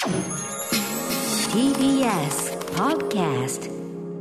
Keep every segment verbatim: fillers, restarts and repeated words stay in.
ティービーエス Podcast。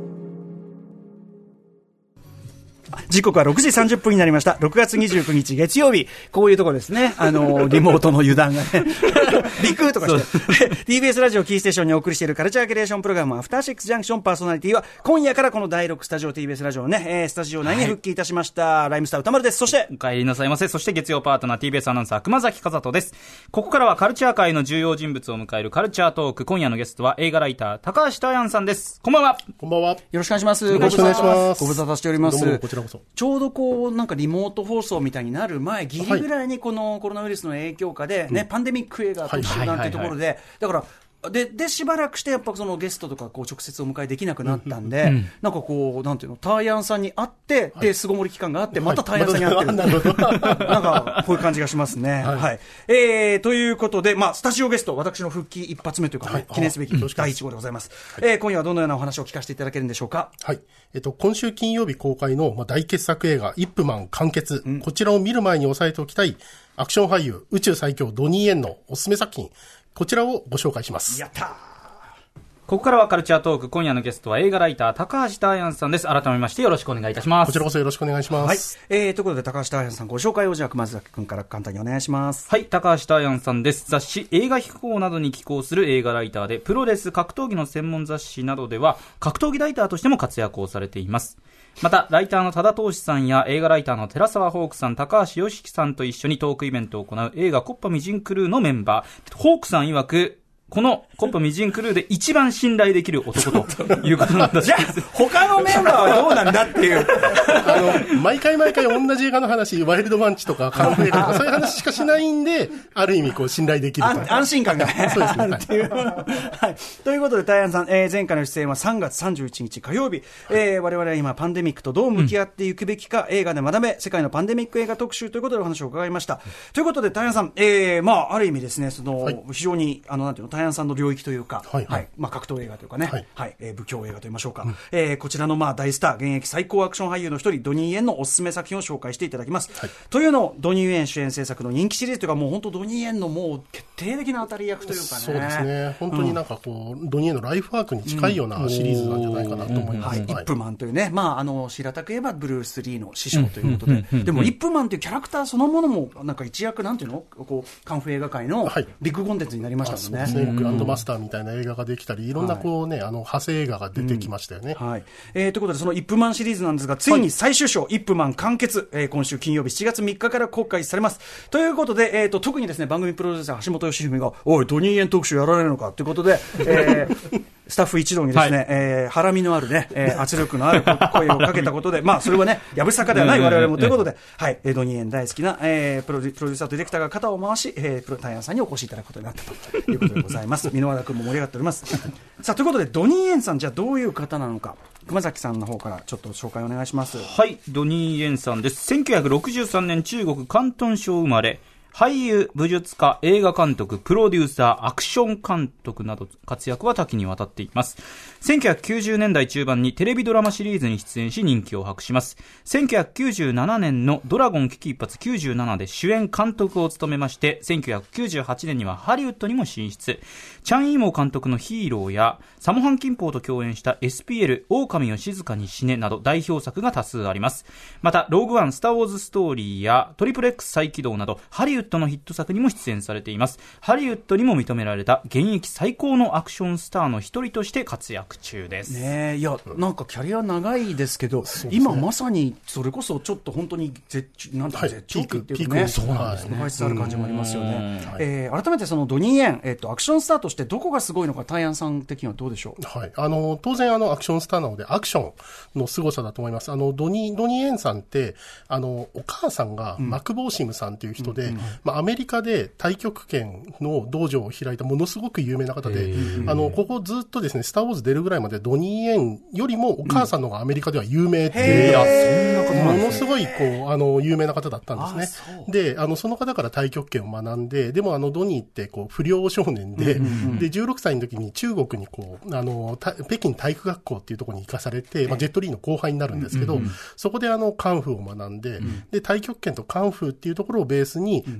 時刻はろくじさんじゅっぷんになりました。ろくがつにじゅうくにち月曜日。こういうところですね。あの、リモートの油断がね。ビクーとかして。ティービーエス ラジオキーステーションにお送りしているカルチャーキュレーションプログラム、アフターシックスジャンクション。パーソナリティは、今夜からこのだいろくスタジオ ティービーエス ラジオのね、えー、スタジオ内に復帰いたしました。はい、ライムスター歌丸です。そして、 お帰りなさいませ。そして月曜パートナー ティービーエス アナウンサー熊崎和人です。ここからはカルチャー界の重要人物を迎えるカルチャートーク。今夜のゲストは映画ライター、高橋大安さんです。こんばんは。 こんばんは。 よろしくお願いします。 よろしくお願いします。 ご無沙汰しております。 どうもこちらこそ。 ちょうどこう、なんかリモート放送みたいになる前、ギリぐらいにこのコロナウイルスの影響下でね、うん、パンデミック映画特集なんていうところで、だから、で, でしばらくしてやっぱそのゲストとかこう直接お迎えできなくなったんで、うん、なんかこうなんていうのターヤンさんに会って、はい、で巣ごもり期間があってまたターヤンさんに会ってる、はい、なんかこういう感じがしますね。はいはい、えー、ということで、まあ、スタジオゲスト私の復帰一発目というか、ね、はい、記念すべきだいいち号でございます。はい、えー、今夜はどのようなお話を聞かせていただけるんでしょうか。 はい、えっと、今週金曜日公開の、まあ、大傑作映画イップマン完結、うん、こちらを見る前に押さえておきたいアクション俳優宇宙最強ドニー・イエンのおすすめ作品、こちらをご紹介します。 やったー。 ここからはカルチャートーク。今夜のゲストは映画ライター高橋大安さんです。改めましてよろしくお願いいたします。 こちらこそよろしくお願いします。 はい、えー、ということで高橋大安さんご紹介をじゃあ熊崎君から簡単にお願いします。 はい、高橋大安さんです。雑誌映画飛行などに寄稿する映画ライターで、プロレス格闘技の専門雑誌などでは格闘技ライターとしても活躍をされています。またライターの多田投資さんや映画ライターの寺澤ホークさん、高橋良樹さんと一緒にトークイベントを行う映画コッパみじんクルーのメンバー、ホークさん曰くこのコッパみじんクルーで一番信頼できる男ということなんだじゃあ他のメンバーはどうなんだっていうあの毎回毎回同じ映画の話、ワイルドマンチとかカンフー映画とかそういう話しかしないんで、ある意味こう信頼できると安心感が、ね、 そうですね、 っていう、はい、ということで大安さん、えー、前回の出演はさんがつさんじゅういちにち火曜日、えー、我々は今パンデミックとどう向き合っていくべきか、うん、映画で学べ世界のパンデミック映画特集ということでお話を伺いました。ということで大安さん、えー、まあある意味ですね、その、はい、非常にあのなんていうの大安さんの領域というか、はいはい、まあ、格闘映画というかね、はいはいえー、武教映画と言いましょうか、うん、えー、こちらのまあ大スター現役最高アクション俳優の一人ドニー・イエンのおすすめ作品を紹介していただきます。はい、というのをドニー・イエン主演制作の人気シリーズというか、もう本当ドニー・イエンのもう決定的な当たり役というかね。 そうですね、本当になんかこう、うん、ドニー・イエンのライフワークに近いようなシリーズなんじゃないかなと思います。 はい、イップマンというね、まあ、あの平たく言えばブルース・リーの師匠ということで、でもイップマンというキャラクターそのものもなんか一躍なんていうのこうカンフー映画界のビッグコンテンツになりましたもんね。はい、そうですね、グランドマスターみたいな映画ができたり、いろんなこう、ね、はい、あの派生映画が出てきましたよね。 うん、はい、えー、ということでそのイップマンシリーズなんですが、ついに最終章、はい、イップマン完結、えー、今週金曜日しちがつみっかから公開されます。ということで、えー、と特にですね番組プロデューサー橋本良文がおいドニー・イエン特集やられるのかということで、えースタッフ一同にですね、はい、えー、ハラミのあるね、えー、圧力のある声をかけたことで、まあそれはね、やぶさかではない我々もということで、はい、ドニー・イエン大好きな、えー、プロデュ、プロデューサーとディレクターが肩を回し、えー、プロタイヤンさんにお越しいただくことになったということでございます。箕輪田君も盛り上がっております。さあということでドニー・イエンさん、じゃあどういう方なのか、熊崎さんの方からちょっと紹介お願いします。 はい、ドニー・イエンさんです。せんきゅうひゃくろくじゅうさんねん中国広東省生まれ、俳優、武術家、映画監督、プロデューサー、アクション監督など活躍は多岐にわたっています。せんきゅうひゃくきゅうじゅうねんだい中盤にテレビドラマシリーズに出演し人気を博します。せんきゅうひゃくきゅうじゅうななねんのドラゴン危機一発きゅうじゅうななで主演監督を務めまして、せんきゅうひゃくきゅうじゅうはちねんにはハリウッドにも進出。チャン・イーモー監督のヒーローやサモハン・キンポーと共演した エスピーエル 狼よ静かに死ねなど代表作が多数あります。またローグワン、スターウォーズストーリーやトリプル X 再起動などハリウッドのヒット作にも出演されています。ハリウッドにも認められた現役最高のアクションスターの一人として活躍中です。 ねえ、いやなんかキャリア長いですけど、ね、今まさにそれこそちょっと本当に絶なんていうか絶頂期っていうかね、そうなんですね、ある感じもありますよね。えー、改めてそのドニー・イエン、えー、とアクションスターとしてどこがすごいのか、タイアンさん的にはどうでしょう。 はい、あの当然あのアクションスターなのでアクションの凄さだと思います。あのドニー・ドニー・イエンさんってあのお母さんがマクボーシムさんという人で、うんうんうん、まあ、アメリカで太極拳の道場を開いたものすごく有名な方で、あのここずっとですねスターウォーズ出るぐらいまでドニー・イエンよりもお母さんの方がアメリカでは有名っていう、うん、ものすごいこうあの有名な方だったんですね。であのその方から太極拳を学んで、でもあのドニーってこう不良少年で、うんうんうん、でじゅうろくさいの時に中国にこうあの北京体育学校っていうところに行かされて、まあ、ジェットリーの後輩になるんですけど、うんうんうん、そこであのカンフーを学んで、うん、で太極拳とカンフーっていうところをベースに、うん、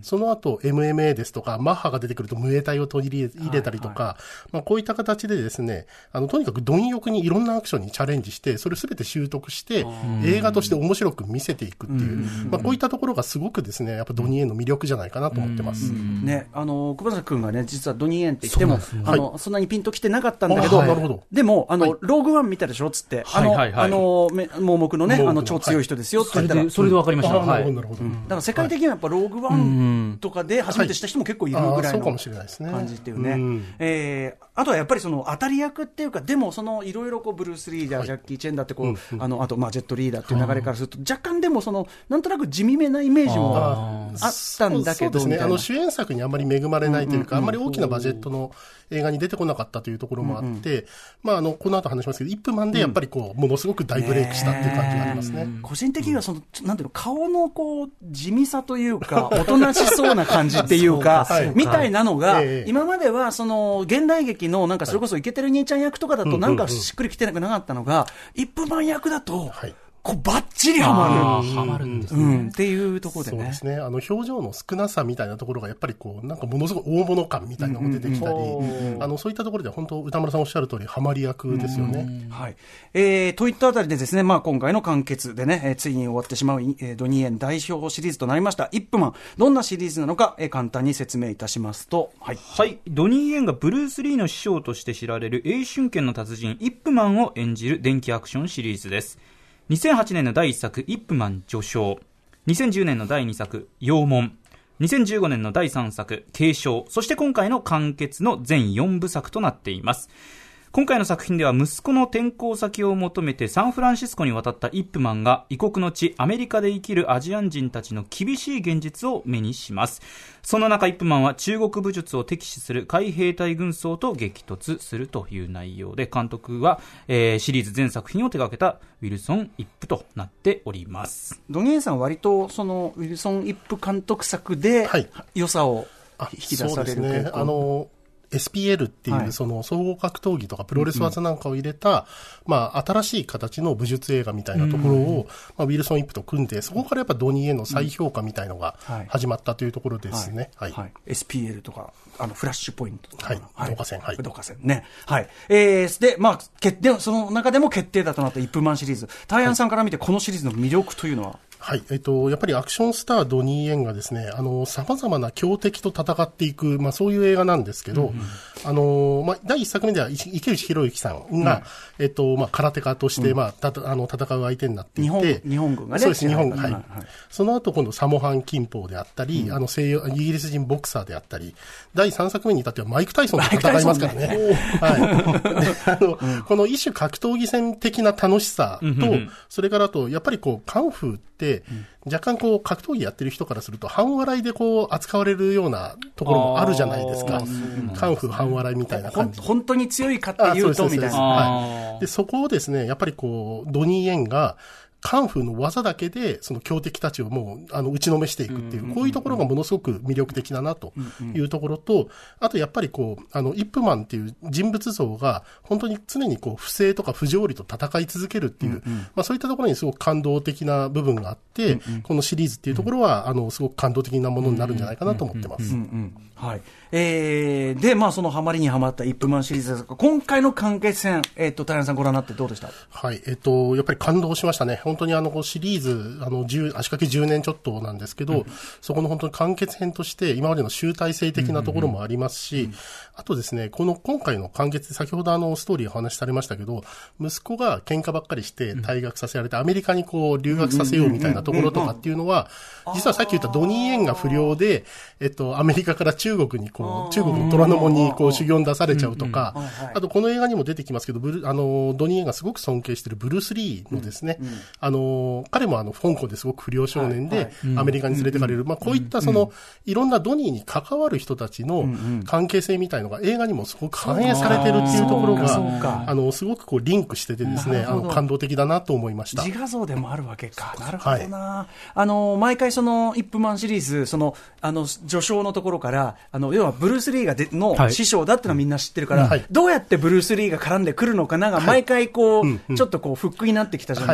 その後 エムエムエー ですとか、マッハが出てくるとムエタイを取り入れたりとか、はいはい、まあ、こういった形でですね、あの、とにかく貪欲にいろんなアクションにチャレンジして、それをすべて習得して、映画として面白く見せていくっていう、まあ、こういったところがすごくですね、やっぱドニー・イエンの魅力じゃないかなと思ってます。 ね、あの、久保田君がね、実はドニー・イエンって言っても、そ, あの、はい、そんなにピンときてなかったんだけど、 なるほど、 でも、あの、はい、ローグワン見たでしょつって、あの、はいはいはい、あの、盲目のね、あの、超強い人ですよって言ったら、 はい、それで分かりました。 なるほど、なるほど。 だから世界的にはやっぱローグワンとかで初めてした人も結構いるぐらいの感じっていうね。えー、あとはやっぱりその当たり役っていうか、でもそのいろいろこうブルース・リーダー、はい、ジャッキー・チェンだってこう、うんうん、あの、あとまあジェット・リーダーっていう流れからすると、若干でもその、なんとなく地味めなイメージもあったんだけど、 そうですね。あの主演作にあんまり恵まれないというか、うんうんうん、あんまり大きなバジェットの映画に出てこなかったというところもあって、うんうん、まああの、この後話しますけど、イップマンでやっぱりこう、ものすごく大ブレイクしたっていう感じがありますね。 個人的にはその、なんていうの、顔のこう、地味さというか、おとなしそうな感じっていうか、みたいなのが、ええ、今まではその、現代劇のなんかそれこそイケてる兄ちゃん役とかだとなんかしっくりきてなくなかったのが、イップマン役だと、はい、こうバッチリハマる。 ハマるんですね、 うん。っていうところでね。 そうですね。あの表情の少なさみたいなところがやっぱりこうなんかものすごい大物感みたいなのが出てきたり、うんうん、あのそういったところで本当歌丸さんおっしゃる通りハマり役ですよね。 はい。えー、といったあたりでですね、まあ今回の完結でね、えー、ついに終わってしまう、えー、ドニー・イエン代表シリーズとなりましたイップマン。どんなシリーズなのか、えー、簡単に説明いたしますと、 はい。はい。ドニー・イエンがブルース・リーの師匠として知られる英春剣の達人イップマンを演じる電気アクションシリーズです。にせんはちねんのだいいっさくイップマン序章、にせんじゅうねんのだいにさく妖門、にせんじゅうごねんのだいさんさく継承、そして今回の完結の全よんぶさくとなっています。今回の作品では息子の転校先を求めてサンフランシスコに渡ったイップマンが異国の地アメリカで生きるアジア人たちの厳しい現実を目にします。その中イップマンは中国武術を敵視する海兵隊軍曹と激突するという内容で、監督は、えー、シリーズ全作品を手掛けたウィルソン・イップとなっております。 ドニエンさんは割とそのウィルソン・イップ監督作で良さを引き出される、はい、そうですね。あのエスピーエル っていうその総合格闘技とかプロレス技なんかを入れた、まあ新しい形の武術映画みたいなところを、まあウィルソン・イップと組んで、そこからやっぱドニーへの再評価みたいのが始まったというところですね。はい。はいはい、 エスピーエル とか、あのフラッシュポイントとか。 はい。導火線。はい。 導火線ね。はい。えー、で、まあ、決定、その中でも決定打となったイップマンシリーズ。タイアンさんから見てこのシリーズの魅力というのは、 はい。えっと、やっぱりアクションスタードニー・イエンがですね、あの、様々な強敵と戦っていく、まあそういう映画なんですけど、うんうん、あの、まあ第一作目では池内博之さんが、うん、えっと、まあ空手家として、うん、まあ、たあの、戦う相手になっていて、 日本、日本軍がね。 そうです、日本軍。はい。はい、その後今度サモハン金峰であったり、うん、あの、西洋、イギリス人ボクサーであったり、第三作目に至ってはマイク・タイソンと戦いますからね。はい。で、あの、うん、この一種格闘技戦的な楽しさと、うんうん、それからあと、やっぱりこう、カンフーって、うん若干こう格闘技やってる人からすると半笑いでこう扱われるようなところもあるじゃないですか。カンフー半笑いみたいな感じ。 本当に強いかっていうとみたいな。 はい。で、そこをですね、やっぱりこう、ドニー・イエンが、カンフーの技だけで、その強敵たちをもう、あの、打ちのめしていくっていう、こういうところがものすごく魅力的だなというところと、あとやっぱりこう、あの、イップマンっていう人物像が、本当に常にこう、不正とか不条理と戦い続けるっていう、まあそういったところにすごく感動的な部分があって、このシリーズっていうところは、あの、すごく感動的なものになるんじゃないかなと思ってます。 はい。えー、で、まあそのハマりにハマったイップマンシリーズですが、今回の完結戦、えっと、平さんご覧になってどうでした？ はい、えっと、やっぱり感動しましたね。本当にあの、シリーズ、あの、足掛けじゅうねんちょっとなんですけど、うん、そこの本当に完結編として、今までの集大成的なところもありますし、うんうんうん、あとですね、この今回の完結、先ほどあの、ストーリーお話しされましたけど、息子が喧嘩ばっかりして退学させられて、アメリカにこう、留学させようみたいなところとかっていうのは、実はさっき言ったドニー・イエンが不良で、えっと、アメリカから中国にこう、中国の虎ノ門にこう修行に出されちゃうとか、あとこの映画にも出てきますけど、ブルあの、ドニー・イエンがすごく尊敬しているブルース・リーのですね、うんうん、あの、彼もあの、香港ですごく不良少年で、アメリカに連れてかれる、まあこういったその、いろんなドニーに関わる人たちの関係性みたいのが映画にもすごく反映されてるっていうところが、あの、すごくこうリンクしててですね、あの、感動的だなと思いました。 自画像でもあるわけか。なるほどな。はい、あの、毎回その、イップマンシリーズ、その、あの、序章のところから、あの、要はブルース・リーがでの師匠だってのはみんな知ってるから、はい、どうやってブルース・リーが絡んでくるのかなが、毎回こう、はい、ちょっとこう、フックになってきたじゃないですか。はいはい、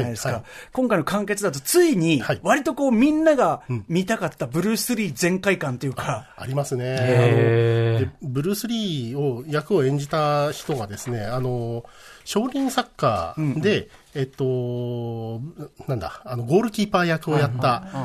今回の完結だとついに、割とこうみんなが見たかったブルース・リー全開感というか。 ありますね。でブルース・リーを、役を演じた人がですね、あの、少林サッカーで、うんうんえっと、なんだ、あの、ゴールキーパー役をやった、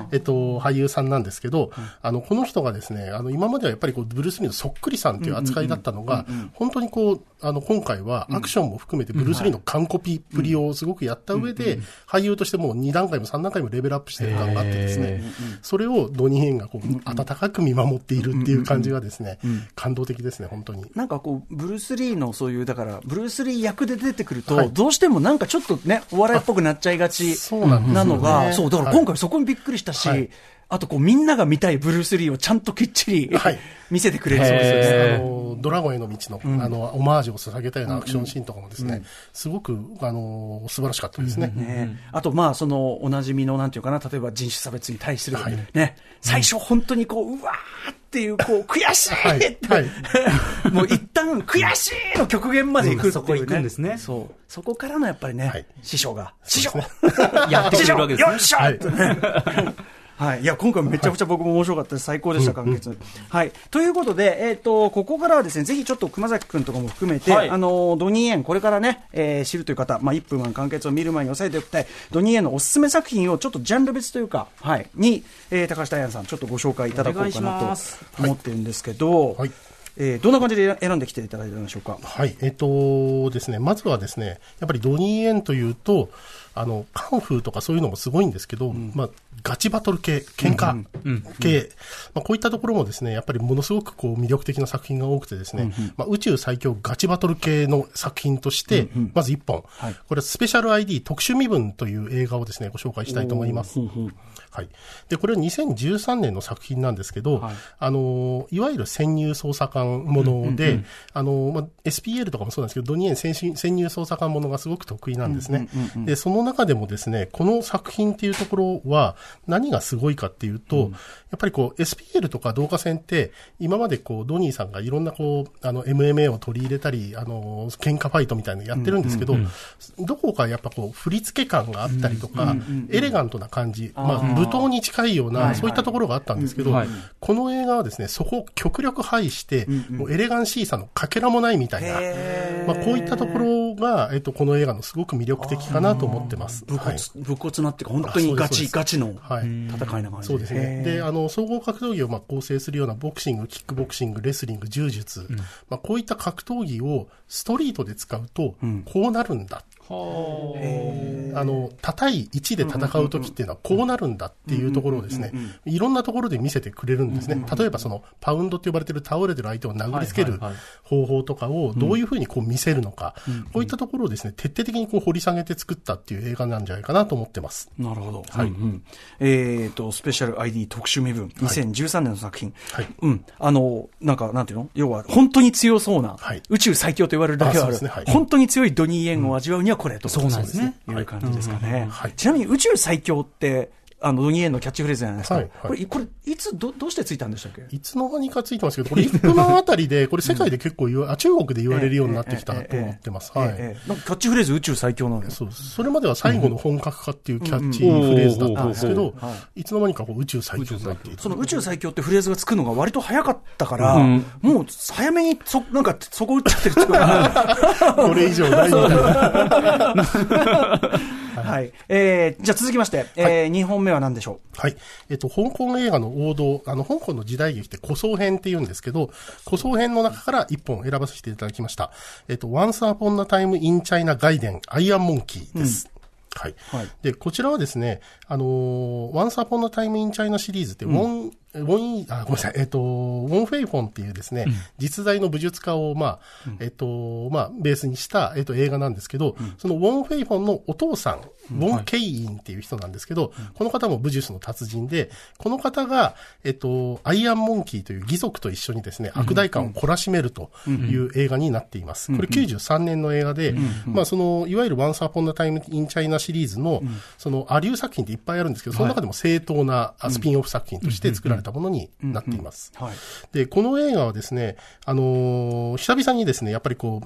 えっと、俳優さんなんですけど、あの、この人がですね、あの、今まではやっぱりこう、ブルース・リーのそっくりさんという扱いだったのが、本当にこう、あの、今回はアクションも含めてブルース・リーの完コピっぷりをすごくやった上で、俳優としてもうに段階もさん段階もレベルアップしてる感があってですね、それをドニー・ヘインがこう、温かく見守っているっていう感じがですね、感動的ですね、本当に。 なんかこう、ブルース・リーのそういう、だから、ブルース・リー役で出てくると、どうしてもなんかちょっとね、お笑いっぽくなっちゃいがちなのが、そう、だから今回そこにびっくりしたし、はい、あとこうみんなが見たいブルース・リーをちゃんときっちり、はい、見せてくれるそうです。 あの、ドラゴンへの道の、うん、あの、オマージュを捧げたようなアクションシーンとかもですね、うんうん、すごく、あの、素晴らしかったですね。 うんうんねあと、まあ、その、おなじみの、なんていうかな、例えば人種差別に対する、はい、ね、最初本当にこう、うわーっていう、こう、悔しいって、はいはい、もう一旦、悔しいの極限まで行くっていう、ね、 そこ行くんですね。 そう。そこからのやっぱりね、はい、師匠が、師匠、ね、 やってくれるわけですね。 よっしゃってね。はい。いや、今回めちゃくちゃ僕も面白かったです。最高でした、完結。はい。ということで、えっと、ここからはですね、ぜひちょっと熊崎くんとかも含めて、はい、あの、ドニー・イエン、これからね、えー、知るという方、まあ、いっぷんはん完結を見る前に押さえておきたい、ドニー・イエンのおすすめ作品をちょっとジャンル別というか、はい、に、えー、高橋大安さん、ちょっとご紹介いただこうかなと思ってるんですけど、はいはいえー、どんな感じで選んできていただいたんでしょうか。 はい。えっとですね、まずはですね、やっぱりドニー・イエンというと、あの、カンフーとかそういうのもすごいんですけど、うん、まあ、ガチバトル系、喧嘩系、うんうんまあ、こういったところもですね、やっぱりものすごくこう魅力的な作品が多くてですね、うんうんまあ、宇宙最強ガチバトル系の作品として、うんうん、まずいっぽん、はい、これはスペシャル アイディー 特殊身分という映画をですね、ご紹介したいと思います。はい。で、これはにせんじゅうさんねんの作品なんですけど、はい、あの、いわゆる潜入捜査官もので、うんうんうん、あの、まあ、エスピーエル とかもそうなんですけど、ドニー・イエン潜入捜査官ものがすごく得意なんですね。うんうんうんうん、で、その中でもですね、この作品っていうところは何がすごいかっていうと、うん、やっぱりこう エスピーエル とか導火線って今までこうドニーさんがいろんなこうあの エムエムエー を取り入れたり、あの喧嘩ファイトみたいなのやってるんですけど、うんうんうん、どこかやっぱこう振り付け感があったりとか、うんうんうん、エレガントな感じ、まあ舞踏に近いような、はいはい、そういったところがあったんですけど、はい、この映画はですね、そこを極力排して、うんうん、もうエレガンシーさのかけらもないみたいな、まあこういったところがえっとこの映画のすごく魅力的かなと思ってます。 武骨、はい、武骨なっていうか本当にガチガチの戦いな感じ。 そうですね。で、あの総合格闘技をまあ構成するようなボクシング、キックボクシング、レスリング、柔術、うんまあこういった格闘技をストリートで使うとこうなるんだ。うんあの、叩いいちで戦うときっていうのはこうなるんだっていうところをですね、いろんなところで見せてくれるんですね。例えばそのパウンドって呼ばれている倒れてる相手を殴りつける方法とかをどういうふうにこう見せるのか、こういったところをですね、徹底的にこう掘り下げて作ったっていう映画なんじゃないかなと思ってます。 なるほど。はい。うんうん、えっと、スペシャル アイディー 特殊身分、にせんじゅうさんねんの作品。はい。うん。あの、なんか、なんていうの要は本当に強そうな、はい、宇宙最強と言われるだけはある、ねはい、本当に強いドニー・イエンを味わうにはこれと。 そうなんですね。 いう感じですかね。はい、ちなみに宇宙最強ってあのドニー・イエンのキャッチフレーズじゃないですか。はいはい、これこれいつ ど, どうしてついたんでしたっけ？ いつの間にかついてますけど、これいっぷんまんあたりでこれ世界で結構言わ、うん、あ中国で言われるようになってきたと思ってます。はい。なんかキャッチフレーズ宇宙最強なのよ。 そうそれまでは最後の本格化っていうキャッチフレーズだったんですけど、いつの間にかこう宇宙最強になっている。 その宇宙最強ってフレーズがつくのが割と早かったから、うん、もう早めにそなんかそこ打っちゃってるっていうか。 これ以上ないみたいな。 はい。えー、じゃあ続きまして、えーはい、にほんめは何でしょう？ はい。えっと、香港映画の王道、あの、香港の時代劇って古装編って言うんですけど、古装編の中からいっぽん選ばせていただきました。えっと、Once Upon a Time in China 外伝、アイアンモンキーです。うんはい。はい。で、こちらはですね、あのー、Once Upon a Time in China シリーズって、ウォン、うんウォン、あ、ごめんなさい、えっと、ウォン・フェイフォンっていうですね、うん、実在の武術家を、まあ、うん、えっと、まあ、ベースにした、えっと、映画なんですけど、うん、そのウォン・フェイフォンのお父さん、ウォン・ケイインっていう人なんですけど、うん、この方も武術の達人で、この方が、えっと、アイアン・モンキーという義族と一緒にですね、悪代官を懲らしめるという映画になっています。これきゅうじゅうさんねんの映画で、まあ、その、いわゆる Once Upon a Time in China シリーズの、その、アリュー作品っていっぱいあるんですけど、その中でも正当なスピンオフ作品として作られたものになっています。で、この映画はですね、あのー、久々にですね、やっぱりこう、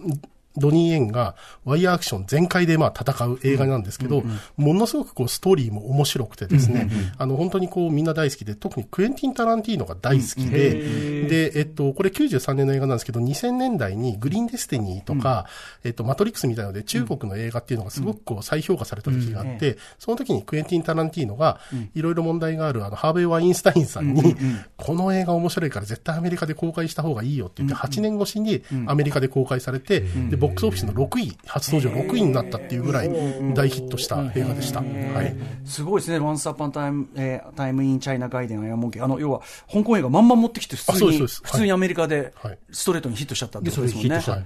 ドニー・イエンがワイヤーアクション全開でまあ戦う映画なんですけど、うんうんうん、ものすごくこうストーリーも面白くてですね、うんうんうん、あの本当にこうみんな大好きで、特にクエンティン・タランティーノが大好きで、うん、で、えっと、これきゅうじゅうさんねんの映画なんですけど、にせんねんだいにグリーン・デスティニーとか、うん、えっと、マトリックスみたいなので中国の映画っていうのがすごくこう再評価された時があって、うん、その時にクエンティン・タランティーノがいろいろ問題があるあのハーベイ・ワインスタインさんに、うんうんうん、この映画面白いから絶対アメリカで公開した方がいいよって言って、はちねんごしにアメリカで公開されて、で、ボックスオフィスのろくい、初登場ろくいになったっていうぐらい大ヒットした映画でした。はい。 すごいですね。Once Upon a Time、えー、Time in China ガイデンアイアンモンキー。あの、要は、香港映画まんま持ってきて普通に、普通にアメリカでストレートにヒットしちゃったってことですもんね。はい。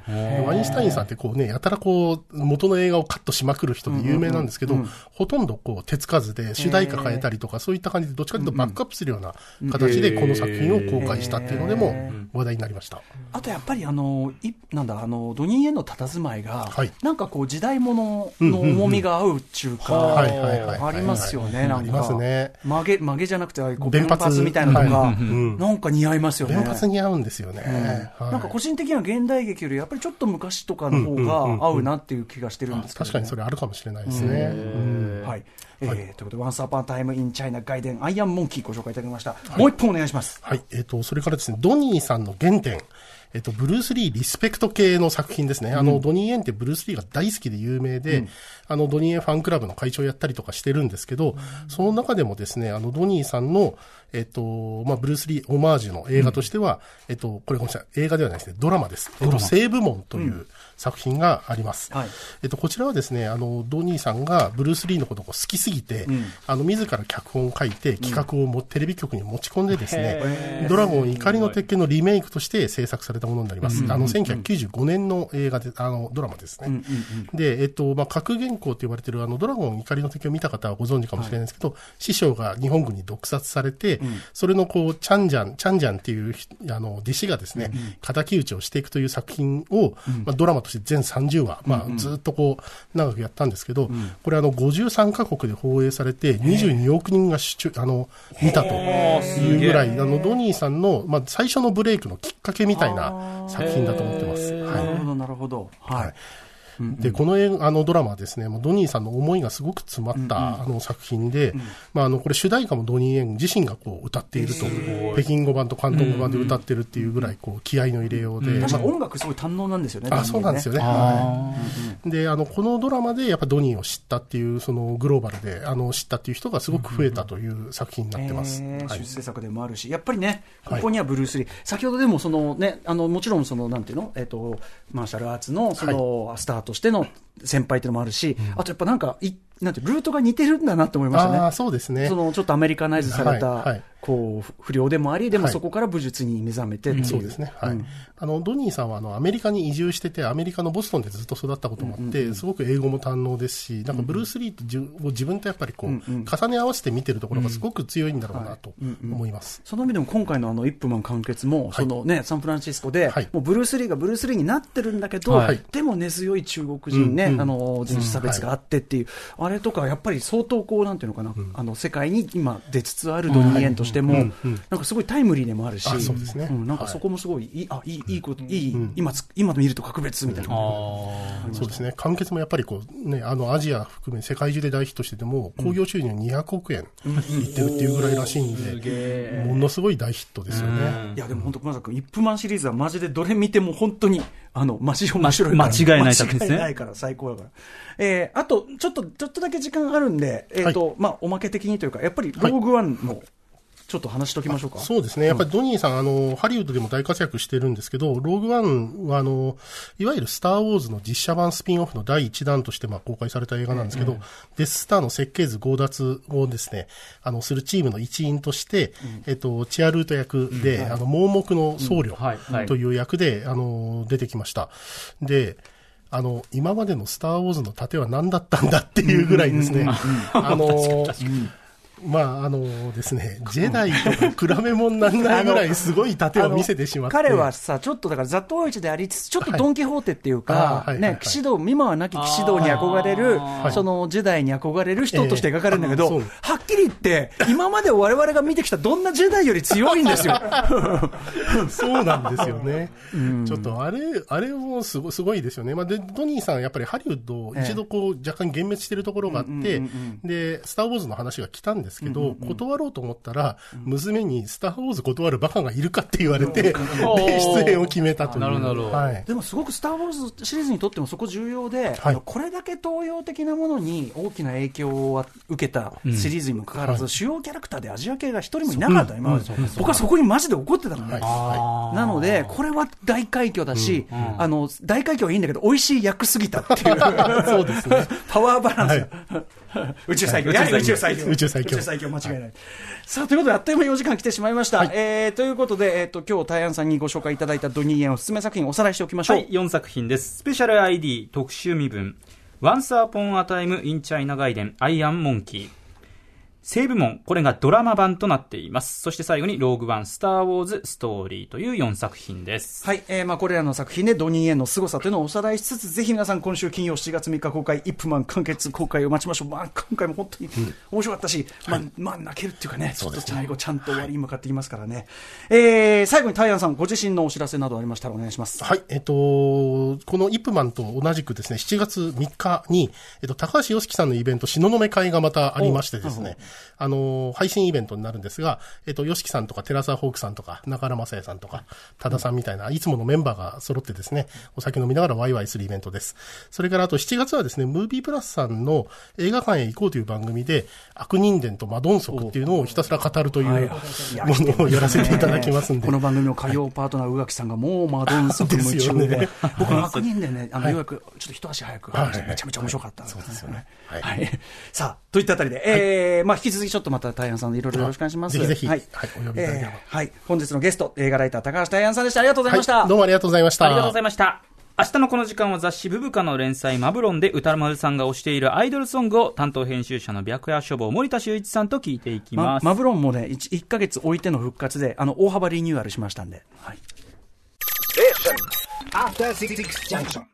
ワインスタインさんってこうね、やたらこう、元の映画をカットしまくる人で有名なんですけど、うんうんうん、ほとんどこう、手つかずで主題歌変えたりとか、そういった感じでどっちかというとバックアップするような形でこの作品を公開したっていうのでも話題になりました。 あとやっぱりあの、いなんだ、あの、ドニーへの佇まいが、はい、なんかこう、時代物の重みが合うっていうか、ありますよね、なんか。ありますね。曲げ、曲げじゃなくて、こう、弁髪みたいなのとか、なんか似合いますよね。 弁髪似合うんですよね。 なんか個人的には現代劇より、やっぱりちょっと昔とかの方が合うなっていう気がしてるんですけど。 確かにそれあるかもしれないですね。 はい。えー、ということで、Once Upon a Time in China ガイデンアイアンモンキーご紹介いただきました。はい、もう一本お願いします。 はい。えっ、ー、と、それからですね、ドニーさんの原点。えっと、ブルース・リーリスペクト系の作品ですね。あの、うん、ドニー・イエンってブルース・リーが大好きで有名で、うん、あの、ドニー・イエンファンクラブの会長をやったりとかしてるんですけど、うん、その中でもですね、あの、ドニーさんの、えっと、まあ、ブルース・リーオマージュの映画としては、うん、えっと、これごめんなさい、映画ではないですね、ドラマです。えっと、西部門という、うん作品があります。はい、えっと、こちらはですね、あの、ドニーさんがブルース・リーのことを好きすぎて、うん、あの、自ら脚本を書いて企画をも、うん、テレビ局に持ち込んでですね、ドラゴン怒りの鉄拳のリメイクとして制作されたものになります。うん、あの、せんきゅうひゃくきゅうじゅうごねんの映画で、あの、ドラマですね。うんうんうん、で、えっと、まあ、核原稿と呼ばれているあの、ドラゴン怒りの鉄拳を見た方はご存知かもしれないですけど、はい、師匠が日本軍に毒殺されて、うん、それのこう、チャンジャン、チャンジャンっていう、あの、弟子がですね、うん、敵討ちをしていくという作品を、うんまあ、ドラマとして全さんじゅうわ、まあ、ずっとこう、長くやったんですけど、うん、これあの、ごじゅうさんかこくで放映されて、にじゅうにおくにんがあの、見たというぐらい、あの、ドニーさんの、まあ、最初のブレイクのきっかけみたいな作品だと思ってます。 はい。なるほど、なるほど。はい。はいで、この映画、あのドラマはですね、もうドニーさんの思いがすごく詰まった、うんうん、あの作品で、うん、まああの、これ主題歌もドニー・イエン自身がこう歌っていると、北京語版と広東語版で歌ってるっていうぐらい、こう、気合の入れようで。 うんうん、確か音楽すごい堪能なんですよね。 あ、そうなんですよね。はい。で、あの、このドラマでやっぱドニーを知ったっていう、そのグローバルで、あの、知ったっていう人がすごく増えたという作品になってます。 うんうんうんはい、出世作でもあるし、やっぱりね、ここにはブルース・リー。はい、先ほどでもそのね、あの、もちろんその、なんていうのえっと、マーシャルアーツの、その、はい、スターとしての、先輩っていうのもあるし、うん、あとやっぱなんかいなんてルートが似てるんだなって思いましたね。 ああ、そうですね。 そのちょっとアメリカナイズされた、はいはい、こう不良でもあり、でもそこから武術に目覚めてっていう、 はい、そうですね。はい。うん、あのドニーさんはあのアメリカに移住してて、アメリカのボストンでずっと育ったこともあって、うんうん、すごく英語も堪能ですし、なんかブルース・リーとじゅを自分とやっぱりこう、うんうん、重ね合わせて見てるところがすごく強いんだろうなと思います。 その意味でも今回のあのイップマン完結も、そのね、サンフランシスコで、はい、もうブルース・リーがブルース・リーになってるんだけど、はい、でも根強い中国人ね、うんうん、あの人種差別があってっていう、うんはい、あれとかやっぱり相当こうなんていうのかな、うん、あの世界に今出つつあるドニー・イエンとしても、うんうん、なんかすごいタイムリーでもあるし、 あそうですね、 うん、なんかそこもすごいいい、あいいいいこといい、うん、今つ今見ると格別みたいな、うん、 あそうですね。完結もやっぱりこうね、あのアジア含め世界中で大ヒットしてても興行収入にひゃくおくえんいってるっていうぐらいらしいんで、うん、ものすごい大ヒットですよね。 いやでも本当熊崎君、イップマンシリーズはマジでどれ見ても本当にあのマジ面白いから、 間違いない作品ですね。 間違いないから最高だから。えー、あとちょっとちょっとだけ時間あるんで、えっ、ー、と、はい、まあおまけ的にというかやっぱりローグワンの、はいちょっと話しておきましょうか。 そうですね。やっぱりドニーさん、あの、ハリウッドでも大活躍してるんですけど、ローグワンは、あの、いわゆるスター・ウォーズの実写版スピンオフのだいいちだんとして、まあ、公開された映画なんですけど、うんうん、デススターの設計図強奪をですね、あの、するチームの一員として、うん、えっと、チアルート役で、うんはい、あの、盲目の僧侶という役で、うんはい、あの、出てきました。で、あの、今までのスター・ウォーズの盾は何だったんだっていうぐらいですね。あの、 まあ、あのですね、ジェダイとか比べ物にならないぐらいすごい盾を見せてしまって。 彼はさ、ちょっとだから、雑踏市でありつつ、ちょっとドン・キホーテっていうか、ね、騎士道、今はなき騎士道に憧れる、そのジェダイに憧れる人として描かれるんだけど、えー、はっきり言って、今まで我々が見てきたどんなジェダイより強いんですよ。 そうなんですよね。ちょっとあれ、あれもすごい、すごいですよね。まあ、で、ドニーさん、やっぱりハリウッドを一度こう、若干幻滅してるところがあって、で、スター・ウォーズの話が来たんですけど、うんうんうん、断ろうと思ったら、娘にスター・ウォーズ断るバカがいるかって言われて、で出演を決めたという。なるほど、はい、でもすごくスター・ウォーズシリーズにとってもそこ重要で、はい、あのこれだけ東洋的なものに大きな影響を受けたシリーズにもかかわらず、うん、主要キャラクターでアジア系が一人もいなかった、今まで、うん、僕はそこにマジで怒ってたのね、はい、なのでこれは大快挙だし、うんうん、あの大快挙はいいんだけど美味しい役すぎたっていうそうですね、パワーバランス、はい宇宙最強、はい、宇宙最強、宇宙最強、宇宙最強、間違いない。はい、さあ、ということで、あっという間にお時間来てしまいました。はい、えー、ということで、えっ、ー、と、今日、大安さんにご紹介いただいたドニーエンおすすめ作品、おさらいしておきましょう。はい、よんさく品です。スペシャル アイディー 特集身分、Once Upon a Time in China 外伝、アイアンモンキー。西部門、これがドラマ版となっています。そして最後にローグワン、スター・ウォーズ、ストーリーというよんさく品です。はい、えー、まあこれらの作品でドニー・エンの凄さというのをおさらいしつつ、ぜひ皆さん今週金曜しちがつみっか公開、イップマン完結公開を待ちましょう。まあ今回も本当に面白かったし、うん、まあ、はい、まあ泣けるっていうかね、ちょっと最後ちゃんと終わりに向かってきますからね。はい、えー、最後にタイアンさん、ご自身のお知らせなどありましたらお願いします。はい、えっ、ー、と、このイップマンと同じくですね、しちがつみっかに、えっ、ー、と、高橋良樹さんのイベント、東雲会がまたありましてですね、あの、配信イベントになるんですが、えっと、ヨシキさんとか、テラサーホークさんとか、中原正也さんとか、多田さんみたいな、いつものメンバーが揃ってですね、お酒飲みながらワイワイするイベントです。それからあとしちがつはですね、ムービープラスさんの映画館へ行こうという番組で、悪人伝とマドンソクっていうのをひたすら語るというものをやらせていただきますんで。この番組の火曜パートナー、宇垣さんがもうマドンソク夢中で、僕悪人伝ね、あの、ようやくちょっと一足早く、めちゃめちゃ面白かったんです。そうですよね。はい。さあ、といったあたりで、えー、まあ引き続きちょっとまた大安さんでいろいろよろしくお願いします。ぜひぜひ、はい、はい、お呼びいただければ、えー。はい。本日のゲスト、映画ライター、高橋大安さんでした。ありがとうございました。はい、どうもありがとうございました。ありがとうございました。明日のこの時間は雑誌ブブカの連載マブロンで歌丸さんが推しているアイドルソングを担当編集者の白夜書房森田修一さんと聞いていきます。ま、マブロンもね 1, いっかげつ置いての復活であの大幅リニューアルしましたんで。はい。